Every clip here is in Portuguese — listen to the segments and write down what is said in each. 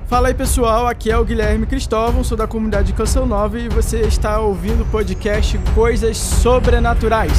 Fala aí pessoal, aqui é o Guilherme Cristóvão, sou da comunidade Canção Nova e você está ouvindo o podcast Coisas Sobrenaturais.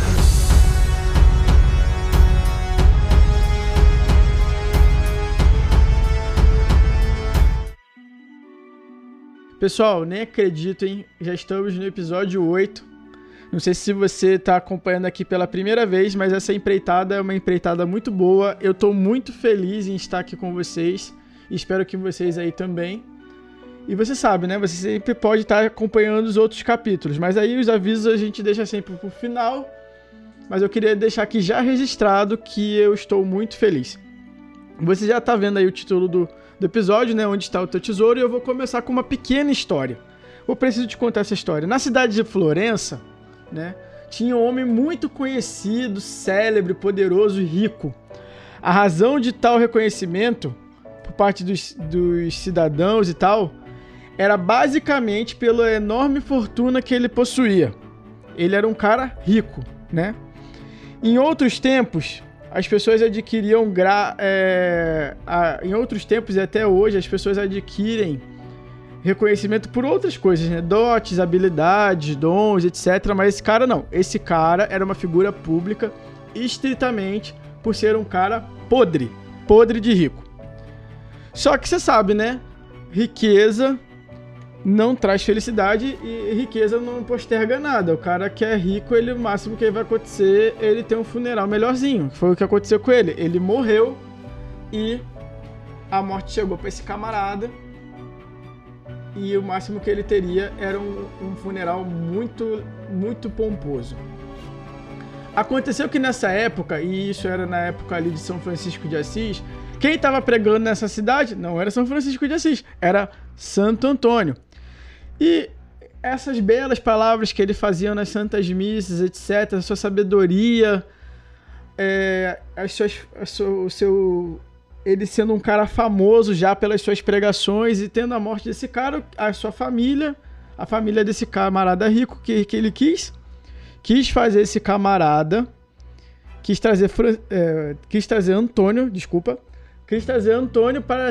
Pessoal, nem acredito, hein? Já estamos no episódio 8. Não sei se você está acompanhando aqui pela primeira vez, mas essa empreitada é uma empreitada muito boa. Eu estou muito feliz em estar aqui com vocês. Espero que vocês aí também. E você sabe, né? Você sempre pode estar acompanhando os outros capítulos. Mas aí os avisos a gente deixa sempre pro final. Mas eu queria deixar aqui já registrado que eu estou muito feliz. Você já está vendo aí o título do episódio, né? Onde está o teu tesouro. E eu vou começar com uma pequena história. Eu preciso te contar essa história. Na cidade de Florença, né? Tinha um homem muito conhecido, célebre, poderoso e rico. A razão de tal reconhecimento por parte dos cidadãos e tal, era basicamente pela enorme fortuna que ele possuía. Ele era um cara rico, né? Em outros tempos, as pessoas adquiriam... em outros tempos e até hoje, as pessoas adquirem reconhecimento por outras coisas, né? Dotes, habilidades, dons, etc. Mas esse cara não. Esse cara era uma figura pública estritamente por ser um cara podre de rico. Só que você sabe, né? Riqueza não traz felicidade e riqueza não posterga nada. O cara que é rico, o máximo que vai acontecer, ele tem um funeral melhorzinho. Foi o que aconteceu com ele. Ele morreu e a morte chegou para esse camarada e o máximo que ele teria era um funeral muito, muito pomposo. Aconteceu que nessa época, e isso era na época ali de São Francisco de Assis, quem estava pregando nessa cidade não era São Francisco de Assis, era Santo Antônio. E essas belas palavras que ele fazia nas santas missas, etc., a sua sabedoria, ele sendo um cara famoso já pelas suas pregações e tendo a morte desse cara, a sua família, a família desse camarada rico que ele quis fazer esse camarada, quis trazer Antônio para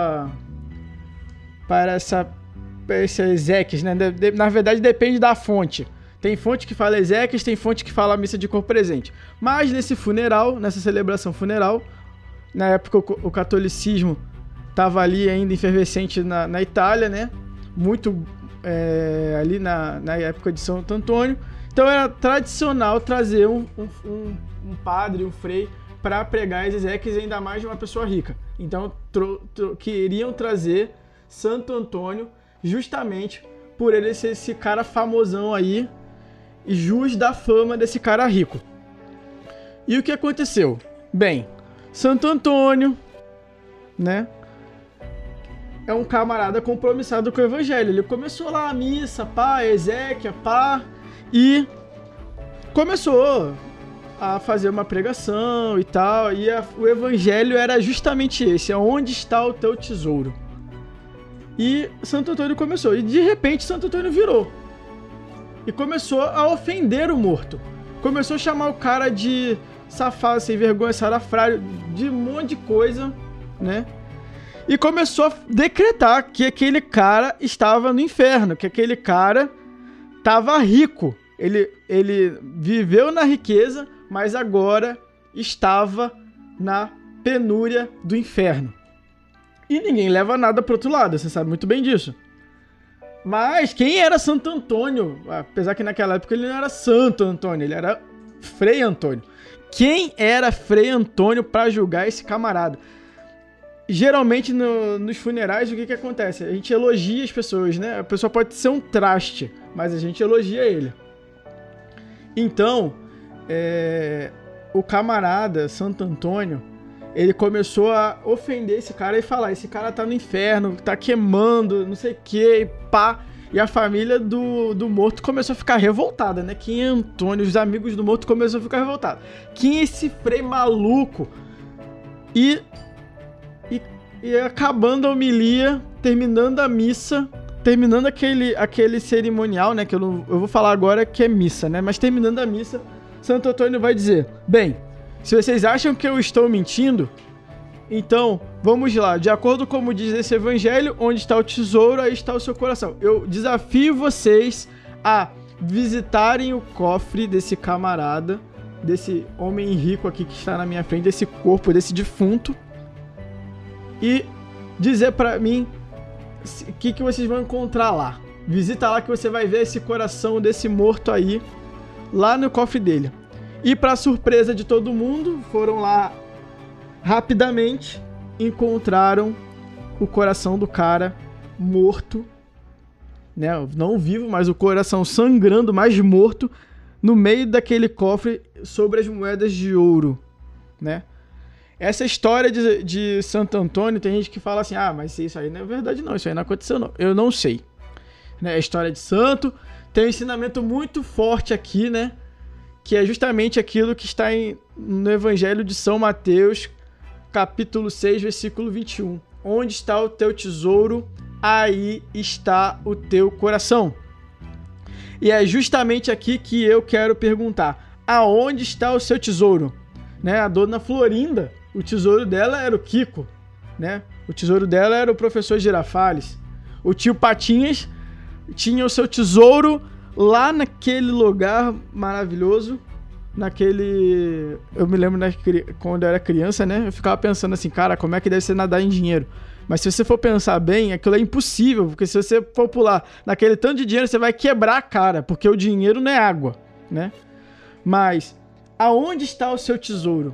esse Ezequias, né? Na verdade, depende da fonte. Tem fonte que fala Ezequias, tem fonte que fala missa de corpo presente. Mas nesse funeral, nessa celebração funeral, na época o catolicismo estava ali ainda efervescente na Itália, né? Muito ali na época de Santo Antônio. Então era tradicional trazer um padre, um frei, para pregar as exéquias, ainda mais de uma pessoa rica. Então queriam trazer Santo Antônio justamente por ele ser esse cara famosão aí e jus da fama desse cara rico. E o que aconteceu? Bem, Santo Antônio, né, é um camarada compromissado com o evangelho. Ele começou lá a missa, pá, Ezequiel, pá, e começou a fazer uma pregação e tal, e o evangelho era justamente esse, onde está o teu tesouro. E Santo Antônio começou, e de repente Santo Antônio virou, e começou a ofender o morto, começou a chamar o cara de safado, sem vergonha, salafrário, de um monte de coisa, né? E começou a decretar que aquele cara estava no inferno, que aquele cara estava rico, ele viveu na riqueza, mas agora estava na penúria do inferno. E ninguém leva nada pro outro lado, você sabe muito bem disso. Mas quem era Santo Antônio? Apesar que naquela época ele não era Santo Antônio, ele era Frei Antônio. Quem era Frei Antônio para julgar esse camarada? Geralmente nos funerais o que acontece? A gente elogia as pessoas, né? A pessoa pode ser um traste, mas a gente elogia ele. Então, o camarada Santo Antônio, ele começou a ofender esse cara e falar: esse cara tá no inferno, tá queimando, não sei o que, pá. E a família do morto começou a ficar revoltada, né? Quem é Antônio? Os amigos do morto começaram a ficar revoltados. Quem é esse frei maluco? E acabando a homilia, terminando a missa, terminando aquele cerimonial, né? Que eu vou falar agora que é missa, né? Mas terminando a missa, Santo Antônio vai dizer: bem, se vocês acham que eu estou mentindo, Então, vamos lá. De acordo com como diz esse evangelho, onde está o tesouro, aí está o seu coração. Eu desafio vocês a visitarem o cofre desse camarada, desse homem rico aqui que está na minha frente, desse corpo, desse defunto, e dizer pra mim o que vocês vão encontrar lá. Visita lá que você vai ver esse coração desse morto aí, lá no cofre dele. E pra surpresa de todo mundo, foram lá rapidamente, encontraram o coração do cara morto, né? Não vivo, mas o coração sangrando, mas morto, no meio daquele cofre sobre as moedas de ouro, né? Essa história de Santo Antônio, tem gente que fala assim, mas isso aí não é verdade não, isso aí não aconteceu não. Eu não sei. Né? A história de santo tem um ensinamento muito forte aqui, né? Que é justamente aquilo que está no Evangelho de São Mateus, capítulo 6, versículo 21. Onde está o teu tesouro, aí está o teu coração. E é justamente aqui que eu quero perguntar. Aonde está o seu tesouro? Né? A dona Florinda, o tesouro dela era o Kiko. Né? O tesouro dela era o professor Girafales. O tio Patinhas tinha o seu tesouro lá naquele lugar maravilhoso. Eu me lembro quando eu era criança, né? Eu ficava pensando assim, cara, como é que deve ser nadar em dinheiro? Mas se você for pensar bem, aquilo é impossível, porque se você for pular naquele tanto de dinheiro, você vai quebrar a cara, porque o dinheiro não é água, né? Mas aonde está o seu tesouro?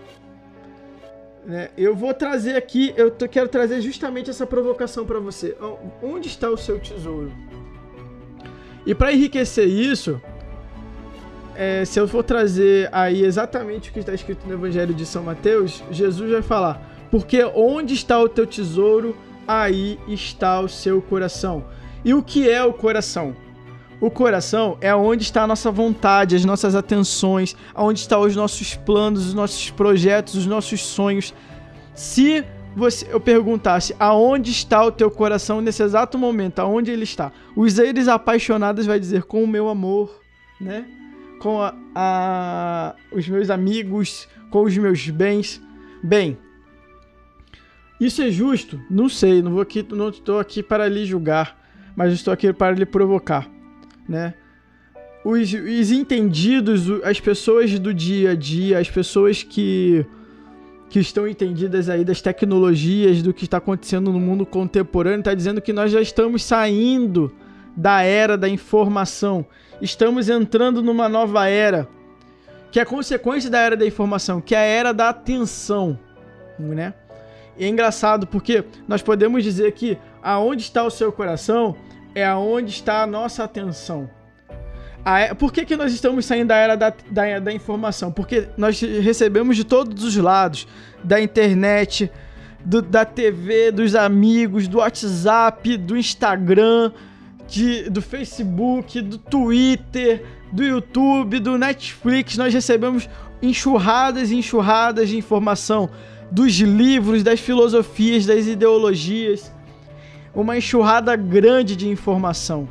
Eu vou trazer aqui, quero trazer justamente essa provocação para você. Onde está o seu tesouro? E para enriquecer isso, se eu for trazer aí exatamente o que está escrito no Evangelho de São Mateus, Jesus vai falar, porque onde está o teu tesouro, aí está o seu coração. E o que é o coração? O coração é onde está a nossa vontade, as nossas atenções, onde estão os nossos planos, os nossos projetos, os nossos sonhos. Se eu perguntasse aonde está o teu coração nesse exato momento, aonde ele está? Os seres apaixonados vai dizer, com o meu amor, né? Com os meus amigos, com os meus bens. Bem, isso é justo? Não sei, não estou aqui para lhe julgar, mas estou aqui para lhe provocar, né? Os entendidos, as pessoas do dia a dia, as pessoas que estão entendidas aí das tecnologias, do que está acontecendo no mundo contemporâneo, está dizendo que nós já estamos saindo da era da informação. Estamos entrando numa nova era, que é consequência da era da informação, que é a era da atenção, né? E é engraçado porque nós podemos dizer que aonde está o seu coração é aonde está a nossa atenção. Por que nós estamos saindo da era da informação? Porque nós recebemos de todos os lados, da internet, da TV, dos amigos, do WhatsApp, do Instagram, do Facebook, do Twitter, do YouTube, do Netflix. Nós recebemos enxurradas e enxurradas de informação, dos livros, das filosofias, das ideologias, uma enxurrada grande de informação.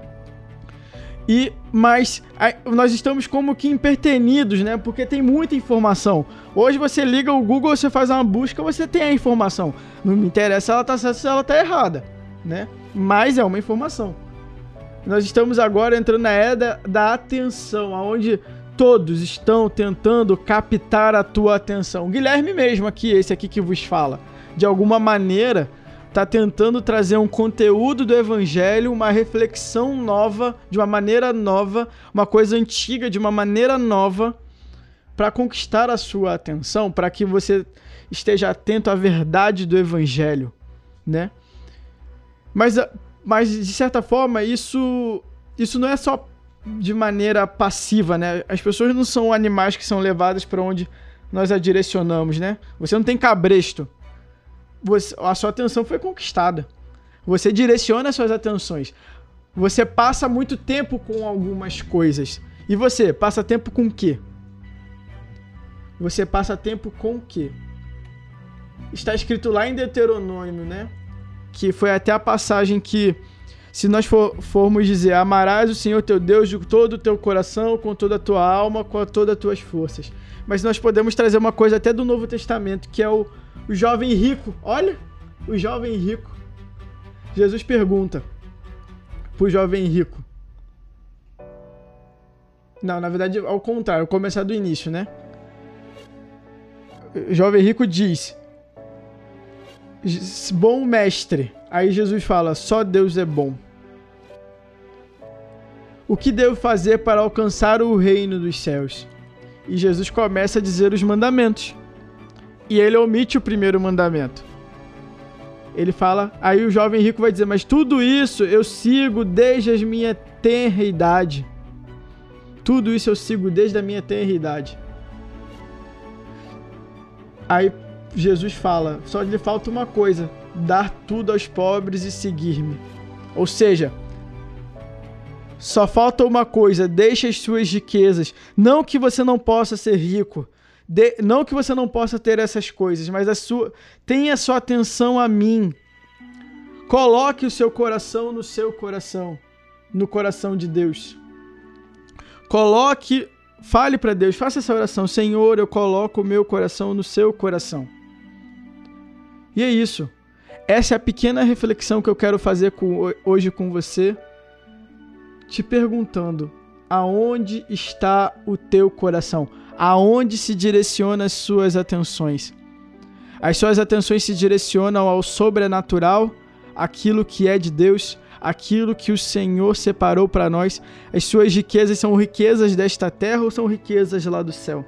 Mas nós estamos como que impertenidos, né? Porque tem muita informação. Hoje você liga o Google, você faz uma busca, você tem a informação. Não me interessa se ela está certa ou se ela está errada, né? Mas é uma informação. Nós estamos agora entrando na era da atenção, onde todos estão tentando captar a tua atenção. O Guilherme mesmo aqui, esse aqui que vos fala, de alguma maneira está tentando trazer um conteúdo do Evangelho, uma reflexão nova, de uma maneira nova, uma coisa antiga de uma maneira nova, para conquistar a sua atenção, para que você esteja atento à verdade do Evangelho, né? Mas de certa forma, isso não é só de maneira passiva, né? As pessoas não são animais que são levadas para onde nós a direcionamos, né? Você não tem cabresto. A sua atenção foi conquistada. Você direciona as suas atenções. Você passa muito tempo com algumas coisas. E você passa tempo com o quê? Você passa tempo com o quê? Está escrito lá em Deuteronômio, né? Que foi até a passagem que, se nós formos dizer, amarás o Senhor teu Deus de todo o teu coração, com toda a tua alma, com todas as tuas forças. Mas nós podemos trazer uma coisa até do Novo Testamento, que é o jovem rico, olha, o jovem rico. Jesus pergunta pro jovem rico. Não, na verdade, ao contrário, vou começar do início, né? O jovem rico diz: bom mestre. Aí Jesus fala: só Deus é bom. O que devo fazer para alcançar o reino dos céus? E Jesus começa a dizer os mandamentos. E ele omite o primeiro mandamento. Ele fala, aí o jovem rico vai dizer: mas tudo isso eu sigo desde a minha tenra idade. Tudo isso eu sigo desde a minha tenra idade. Aí Jesus fala: só lhe falta uma coisa, dar tudo aos pobres e seguir-me. Ou seja, só falta uma coisa, deixe as suas riquezas. Não que você não possa ser rico, não que você não possa ter essas coisas, mas tenha sua atenção a mim. Coloque o seu coração no seu coração, no coração de Deus. Fale para Deus, faça essa oração: Senhor, eu coloco o meu coração no seu coração. E é isso. Essa é a pequena reflexão que eu quero fazer hoje com você, te perguntando: aonde está o teu coração? Aonde se direciona as suas atenções? As suas atenções se direcionam ao sobrenatural, aquilo que é de Deus, aquilo que o Senhor separou para nós. As suas riquezas são riquezas desta terra ou são riquezas lá do céu?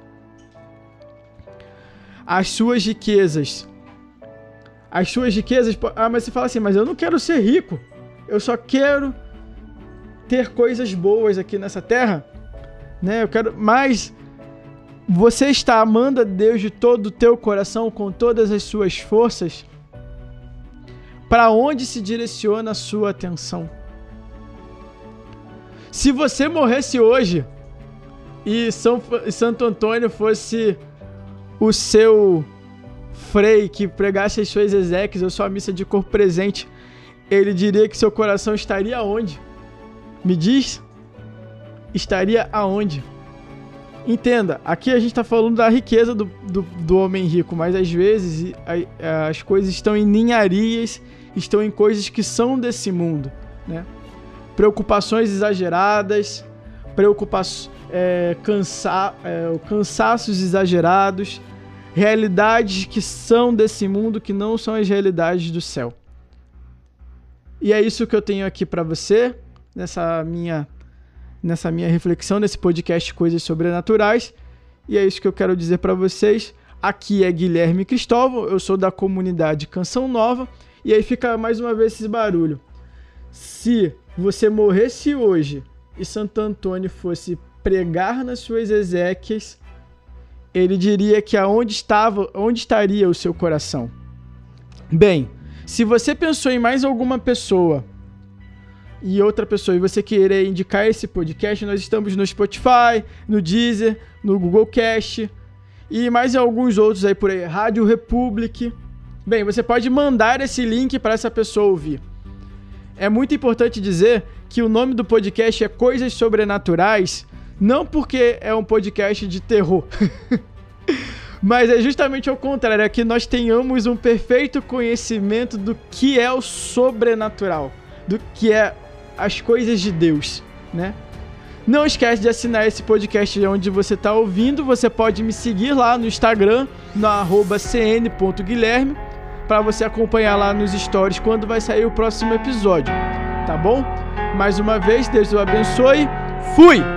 As suas riquezas... mas você fala assim: mas eu não quero ser rico, eu só quero ter coisas boas aqui nessa terra, né? Mas você está amando a Deus de todo o teu coração, com todas as suas forças? Para onde se direciona a sua atenção? Se você morresse hoje e Santo Antônio fosse o seu frei que pregasse as suas exéquias ou sua missa de corpo presente, ele diria que seu coração estaria aonde? Me diz? Estaria aonde? Entenda, aqui a gente está falando da riqueza do homem rico, mas às vezes as coisas estão em ninharias, estão em coisas que são desse mundo, né? Preocupações exageradas, cansaços exagerados, realidades que são desse mundo, que não são as realidades do céu. E é isso que eu tenho aqui para você, nessa minha reflexão, nesse podcast Coisas Sobrenaturais. E é isso que eu quero dizer para vocês. Aqui é Guilherme Cristóvão, eu sou da comunidade Canção Nova. E aí fica mais uma vez esse barulho. Se você morresse hoje e Santo Antônio fosse pregar nas suas exéquias, ele diria que onde estaria o seu coração? Bem, se você pensou em mais alguma pessoa e outra pessoa, e você querer indicar esse podcast, nós estamos no Spotify, no Deezer, no Google Cast e mais alguns outros aí por aí, Rádio Republic. Bem, você pode mandar esse link para essa pessoa ouvir. É muito importante dizer que o nome do podcast é Coisas Sobrenaturais, não porque é um podcast de terror, mas é justamente ao contrário, é que nós tenhamos um perfeito conhecimento do que é o sobrenatural, do que é as coisas de Deus, né? Não esquece de assinar esse podcast onde você está ouvindo. Você pode me seguir lá no Instagram, no @cn.guilherme, para você acompanhar lá nos stories quando vai sair o próximo episódio, tá bom? Mais uma vez, Deus o abençoe. Fui!